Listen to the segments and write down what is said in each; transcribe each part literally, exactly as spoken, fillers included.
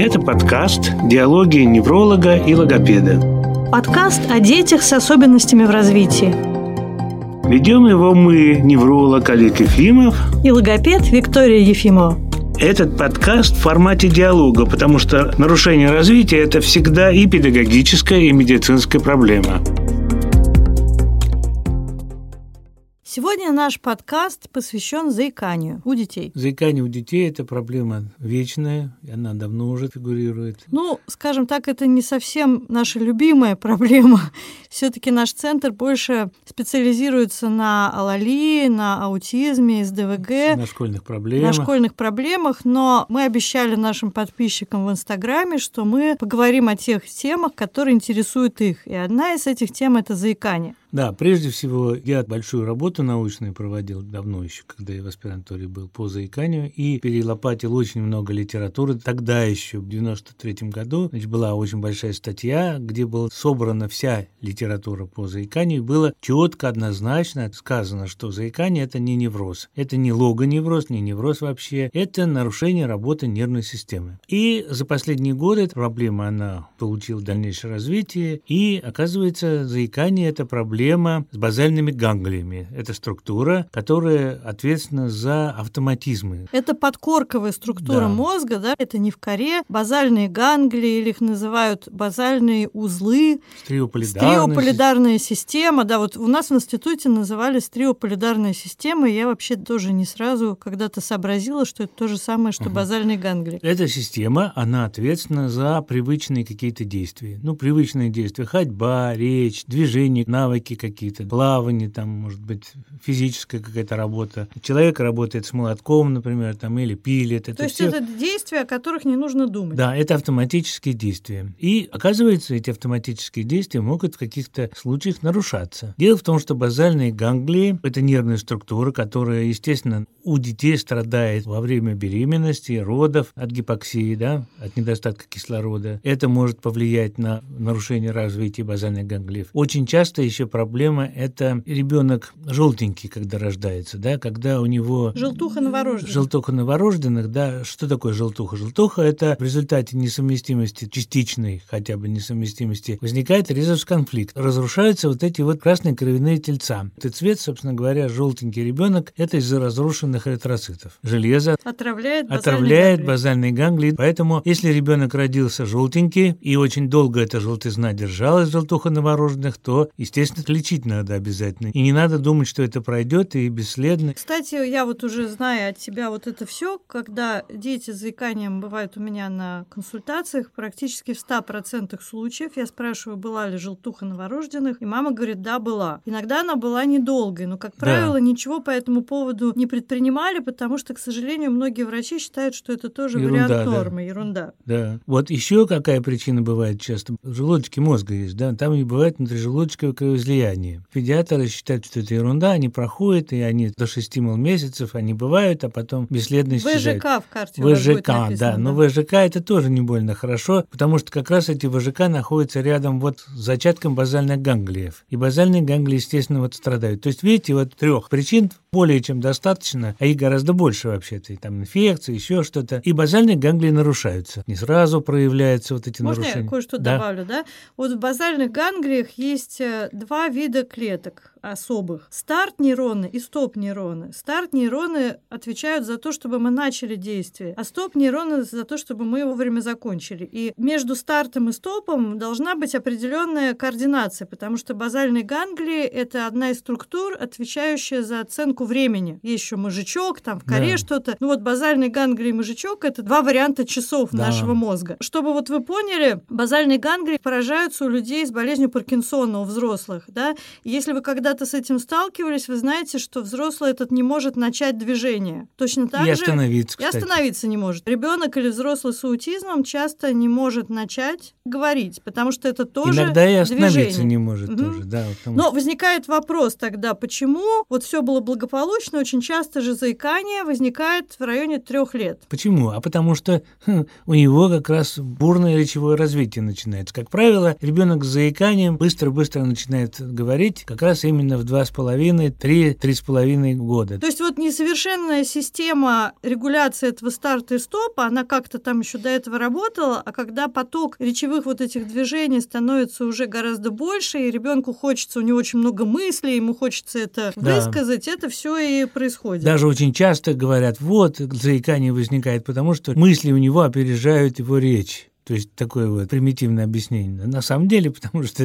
Это подкаст «Диалоги невролога и логопеда». Подкаст о детях с особенностями в развитии. Ведем его мы, невролог Олег Ефимов и логопед Виктория Ефимова. Этот подкаст в формате диалога, потому что нарушение развития – это всегда и педагогическая, и медицинская проблема. Сегодня наш подкаст посвящен заиканию у детей. Заикание у детей – это проблема вечная, и она давно уже фигурирует. Ну, скажем так, это не совсем наша любимая проблема. Все-таки наш центр больше специализируется на алалии, на аутизме, эс дэ вэ гэ. На школьных проблемах. На школьных проблемах, но мы обещали нашим подписчикам в Инстаграме, что мы поговорим о тех темах, которые интересуют их. И одна из этих тем – это заикание. Да, прежде всего, я большую работу научную проводил давно еще, когда я в аспирантуре был, по заиканию, и перелопатил очень много литературы. Тогда еще, в девяносто третьем году, значит, была очень большая статья, где была собрана вся литература по заиканию, и было четко, однозначно сказано, что заикание – это не невроз, это не логоневроз, не невроз вообще, это нарушение работы нервной системы. И за последние годы эта проблема, она получила дальнейшее развитие, и, оказывается, заикание – это проблема с базальными ганглиями. Это структура, которая ответственна за автоматизмы. Это подкорковая структура да. мозга, да? Это не в коре. Базальные ганглии, или их называют базальные узлы. Стриополидарная, Стриополидарная система. Да, вот у нас в институте называли стриополидарная система, и я вообще тоже не сразу когда-то сообразила, что это то же самое, что угу. базальные ганглии. Эта система, она ответственна за привычные какие-то действия. Ну, привычные действия. Ходьба, речь, движение, навыки какие-то, плавание, там, может быть, физическая какая-то работа. Человек работает с молотком, например, там, или пилит. Это То есть все... это действия, о которых не нужно думать. Да, это автоматические действия. И, оказывается, эти автоматические действия могут в каких-то случаях нарушаться. Дело в том, что базальные ганглии – это нервная структура, которая, естественно, у детей страдает во время беременности, родов, от гипоксии, да, от недостатка кислорода. Это может повлиять на нарушение развития базальных ганглиев. Очень часто еще проблема – это ребенок желтенький, когда рождается, да, когда у него… Желтуха новорожденных. Желтуха новорожденных, да. Что такое желтуха? Желтуха – это в результате несовместимости, частичной хотя бы несовместимости, возникает резус-конфликт. Разрушаются вот эти вот красные кровяные тельца. Этот цвет, собственно говоря, желтенький ребенок – это из-за разрушенных эритроцитов. Железо отравляет, отравляет базальные ганглии. Поэтому, если ребенок родился желтенький и очень долго эта желтизна держалась, желтуха новорожденных, то, естественно, лечить надо обязательно. И не надо думать, что это пройдет и бесследно. Кстати, я вот уже знаю от тебя вот это все, когда дети с заиканием бывают у меня на консультациях, практически в ста процентах случаев я спрашиваю, была ли желтуха новорожденных, и мама говорит, да, была. Иногда она была недолгой, но, как правило, да. ничего по этому поводу не предпринимали, потому что, к сожалению, многие врачи считают, что это тоже ерунда, вариант нормы, да. ерунда. Да. Вот еще какая причина бывает часто? В желудочке мозга есть, да, там и бывает внутрижелудочковое кровоизлияние. Педиатры считают, что это ерунда, они проходят, и они до шести месяцев, они бывают, а потом бесследно исчезают. вэ жэ ка в карте вэ жэ ка, написано, да, но вэ жэ ка это тоже не больно хорошо, потому что как раз эти вэ жэ ка находятся рядом вот с зачатком базальных ганглиев. И базальные ганглии, естественно, вот страдают. То есть, видите, вот трех причин более чем достаточно, а их гораздо больше вообще-то. И там инфекции, еще что-то. И базальные ганглии нарушаются. Не сразу проявляются вот эти Можно нарушения. Можно я кое-что да? добавлю, да? Вот в базальных ганглиях есть два вида клеток особых. Старт-нейроны и стоп-нейроны. Старт-нейроны отвечают за то, чтобы мы начали действие, а стоп-нейроны за то, чтобы мы вовремя закончили. И между стартом и стопом должна быть определенная координация, потому что базальные ганглии – это одна из структур, отвечающая за оценку времени. Есть еще мозжечок, там в коре да. что-то. Ну вот базальные ганглии и мозжечок – это два варианта часов да. нашего мозга. Чтобы вот вы поняли, базальные ганглии поражаются у людей с болезнью Паркинсона, у взрослых. Да? Если вы когда с этим сталкивались, вы знаете, что взрослый этот не может начать движение. Точно так и же... остановиться, И остановиться не может. Ребенок или взрослый с аутизмом часто не может начать говорить, потому что это тоже иногда и остановиться движение. не может Угу. тоже, да. Вот Но возникает вопрос тогда, почему вот все было благополучно, очень часто же заикание возникает в районе трех лет. Почему? А потому что хм, у него как раз бурное речевое развитие начинается. Как правило, ребенок с заиканием быстро-быстро начинает говорить как раз именно в два с половиной, три, три с половиной года. То есть вот несовершенная система регуляции этого старта и стопа, она как-то там еще до этого работала, а когда поток речевых вот этих движений становится уже гораздо больше, и ребенку хочется, у него очень много мыслей, ему хочется это Да. высказать, это все и происходит. Даже очень часто говорят, вот, заикание возникает, потому что мысли у него опережают его речь. То есть такое вот примитивное объяснение. На самом деле, потому что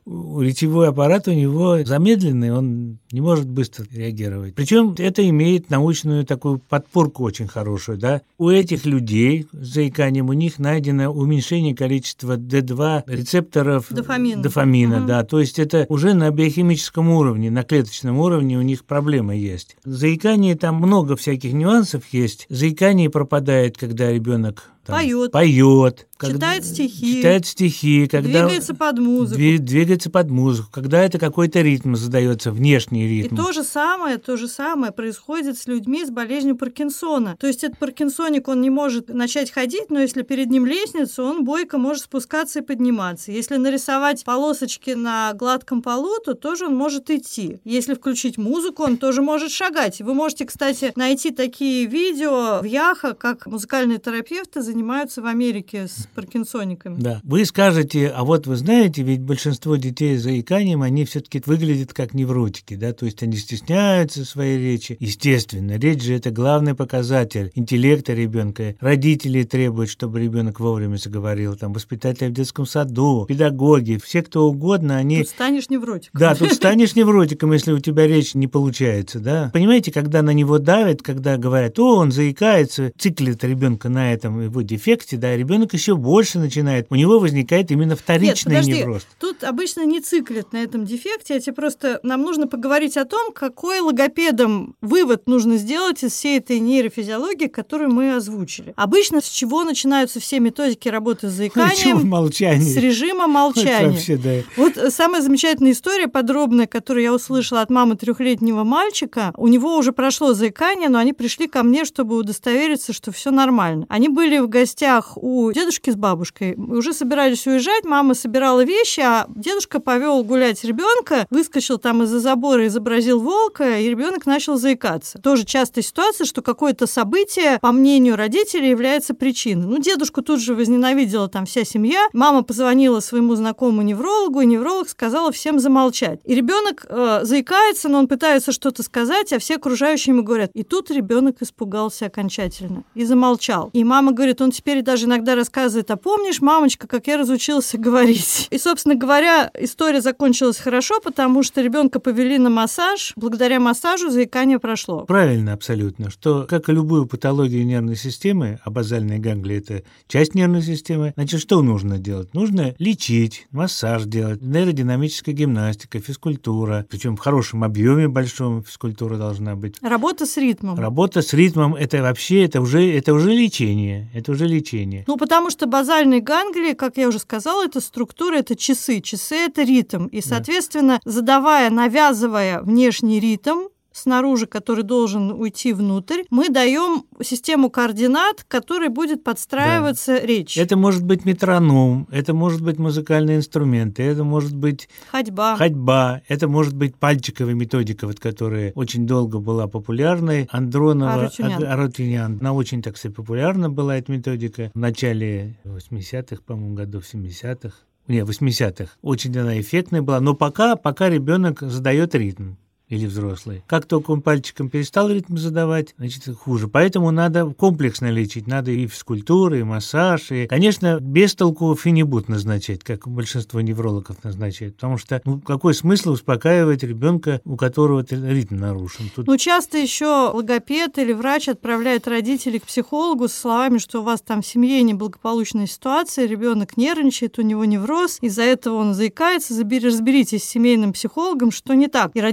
речевой аппарат у него замедленный, он не может быстро реагировать. Причем это имеет научную такую подпорку очень хорошую. Да? У этих людей с заиканием у них найдено уменьшение количества дэ два рецепторов дофамина. дофамина угу. да. То есть это уже на биохимическом уровне, на клеточном уровне у них проблема есть. Заикание, там много всяких нюансов есть. Заикание пропадает, когда ребенок Поет. Поет. Читает стихи. Читает стихи. Когда двигается под музыку. Двигается под музыку. Когда это какой-то ритм задается, внешний ритм. И то же самое, то же самое происходит с людьми с болезнью Паркинсона. То есть этот паркинсоник, он не может начать ходить, но если перед ним лестница, он бойко может спускаться и подниматься. Если нарисовать полосочки на гладком полу, то тоже он может идти. Если включить музыку, он тоже может шагать. Вы можете, кстати, найти такие видео в Яхо, как музыкальные терапевты занимаются в Америке с паркинсониками. Да. Вы скажете, а вот вы знаете, ведь большинство детей с заиканием, они все-таки выглядят как невротики, да, то есть они стесняются своей речи. Естественно, речь же это главный показатель интеллекта ребенка. Родители требуют, чтобы ребенок вовремя заговорил, там, воспитатели в детском саду, педагоги, все кто угодно, они... Тут станешь невротиком. Да, тут станешь невротиком, если у тебя речь не получается, да. Понимаете, когда на него давят, когда говорят, о, он заикается, циклит ребенка на этом его дефекте, да, ребенок еще больше начинает, у него возникает именно вторичный Нет, подожди, невроз. Тут обычно не циклят на этом дефекте, а тебе просто нам нужно поговорить о том, какой логопедом вывод нужно сделать из всей этой нейрофизиологии, которую мы озвучили. Обычно с чего начинаются все методики работы с заиканием? Молчание. С режима молчания. Вообще, да. Вот самая замечательная история, подробная, которую я услышала от мамы трехлетнего мальчика. У него уже прошло заикание, но они пришли ко мне, чтобы удостовериться, что все нормально. Они были в гостях у дедушки с бабушкой. Уже собирались уезжать, мама собирала вещи, а дедушка повел гулять ребенка, выскочил там из-за забора, изобразил волка, и ребенок начал заикаться. Тоже частая ситуация, что какое-то событие, по мнению родителей, является причиной. Ну, дедушку тут же возненавидела там вся семья. Мама позвонила своему знакомому неврологу, и невролог сказала всем замолчать. И ребенок э, заикается, но он пытается что-то сказать, а все окружающие ему говорят. И тут ребенок испугался окончательно и замолчал. И мама говорит, он теперь даже иногда рассказывает, а помнишь, мамочка, как я разучился говорить? И, собственно говоря, история закончилась хорошо, потому что ребенка повели на массаж. Благодаря массажу заикание прошло. Правильно, абсолютно. Что, как и любую патологию нервной системы, а базальные ганглии – это часть нервной системы, значит, что нужно делать? Нужно лечить, массаж делать, нейродинамическая гимнастика, физкультура, причем в хорошем объеме большом физкультура должна быть. Работа с ритмом. Работа с ритмом – это вообще, это уже, это уже лечение, это уже лечение. Ну, потому что базальные ганглии, как я уже сказала, это структура, это часы. Часы – это ритм. И, соответственно, да. задавая, навязывая внешний ритм, снаружи, который должен уйти внутрь, мы даем систему координат, которой будет подстраиваться да. речь. Это может быть метроном, это может быть музыкальные инструменты, это может быть ходьба, ходьба это может быть пальчиковая методика, вот, которая очень долго была популярной. Андронова, Арутюнян. Арутюнян. Она очень, так сказать, популярна была, эта методика, в начале восьмидесятых, по-моему, годов, семидесятых. Не, восьмидесятых. Очень она эффектная была, но пока, пока ребенок задает ритм. Или взрослый. Как только он пальчиком перестал ритм задавать, значит, хуже. Поэтому надо комплексно лечить. Надо и физкультуру, и массаж. И, конечно, без толку фенибут назначать, как большинство неврологов назначают. Потому что ну, какой смысл успокаивать ребенка, у которого ритм нарушен? Тут... Ну, часто еще логопед или врач отправляет родителей к психологу со словами, что у вас там в семье неблагополучная ситуация, ребенок нервничает, у него невроз, из-за этого он заикается, разберитесь с семейным психологом, что не так. И родители тоже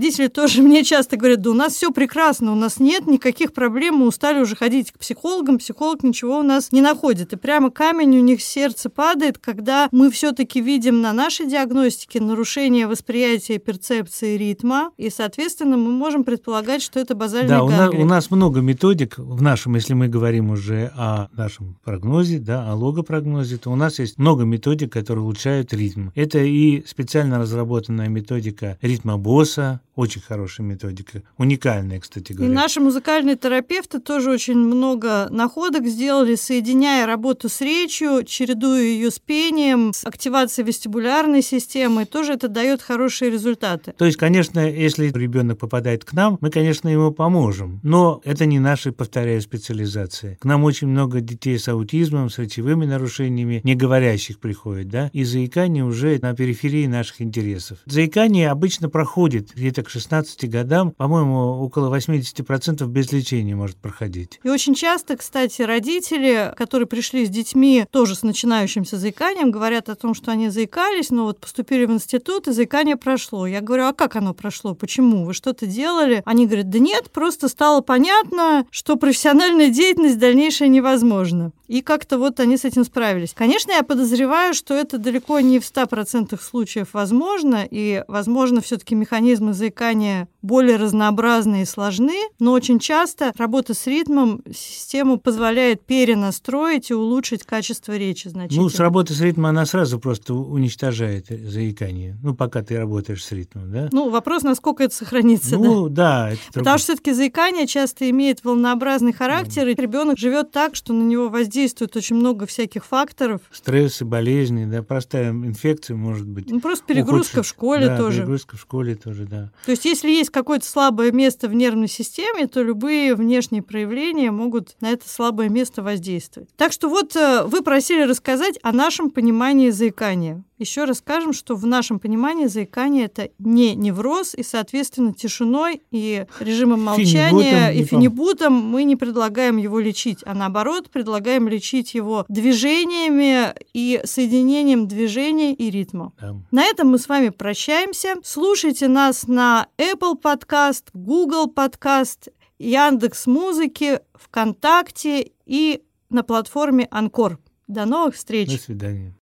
тоже мне часто говорят, да у нас все прекрасно, у нас нет никаких проблем, мы устали уже ходить к психологам, психолог ничего у нас не находит. И прямо камень у них с сердца падает, когда мы все-таки видим на нашей диагностике нарушение восприятия, перцепции ритма, и, соответственно, мы можем предполагать, что это базальный да, ганглий. Да, у, у нас много методик в нашем, если мы говорим уже о нашем прогнозе, да, о логопрогнозе, то у нас есть много методик, которые улучшают ритм. Это и специально разработанная методика ритма Босса, очень хорошая методика, уникальная, кстати говоря. И наши музыкальные терапевты тоже очень много находок сделали, соединяя работу с речью, чередуя ее с пением, с активацией вестибулярной системы, и тоже это дает хорошие результаты. То есть, конечно, если ребенок попадает к нам, мы, конечно, ему поможем, но это не наша, повторяю, специализация. К нам очень много детей с аутизмом, с речевыми нарушениями, не говорящих приходит, да, и заикание уже на периферии наших интересов. Заикание обычно проходит где-то к шестнадцати годам, по-моему, около восемьдесят процентов без лечения может проходить. И очень часто, кстати, родители, которые пришли с детьми тоже с начинающимся заиканием, говорят о том, что они заикались, но вот поступили в институт, и заикание прошло. Я говорю, а как оно прошло? Почему? Вы что-то делали? Они говорят, да нет, просто стало понятно, что профессиональная деятельность дальнейшая невозможна. И как-то вот они с этим справились. Конечно, я подозреваю, что это далеко не в ста процентах случаев возможно, и, возможно, все-таки механизмы заикания более разнообразны и сложны, но очень часто работа с ритмом систему позволяет перенастроить и улучшить качество речи значительно. Ну, с работы с ритмом она сразу просто уничтожает заикание, ну, пока ты работаешь с ритмом, да? Ну, вопрос, насколько это сохранится, ну, да? да. Это Потому другой. что все-таки заикание часто имеет волнообразный характер, да. И ребенок живет так, что на него воздействует очень много всяких факторов. Стрессы, болезни, да, простая инфекция может быть. Ну, просто перегрузка ухудшить. В школе да, тоже. перегрузка в школе тоже, да. То есть, если есть какое-то слабое место в нервной системе, то любые внешние проявления могут на это слабое место воздействовать. Так что вот вы просили рассказать о нашем понимании заикания. Еще раз скажем, что в нашем понимании заикание – это не невроз, и, соответственно, тишиной и режимом молчания и фенибутом мы не предлагаем его лечить, а наоборот, предлагаем лечить его движениями и соединением движения и ритма. Да. На этом мы с вами прощаемся. Слушайте нас на Apple Podcast, Google Podcast, Яндекс.Музыки, ВКонтакте и на платформе Анкор. До новых встреч! До свидания.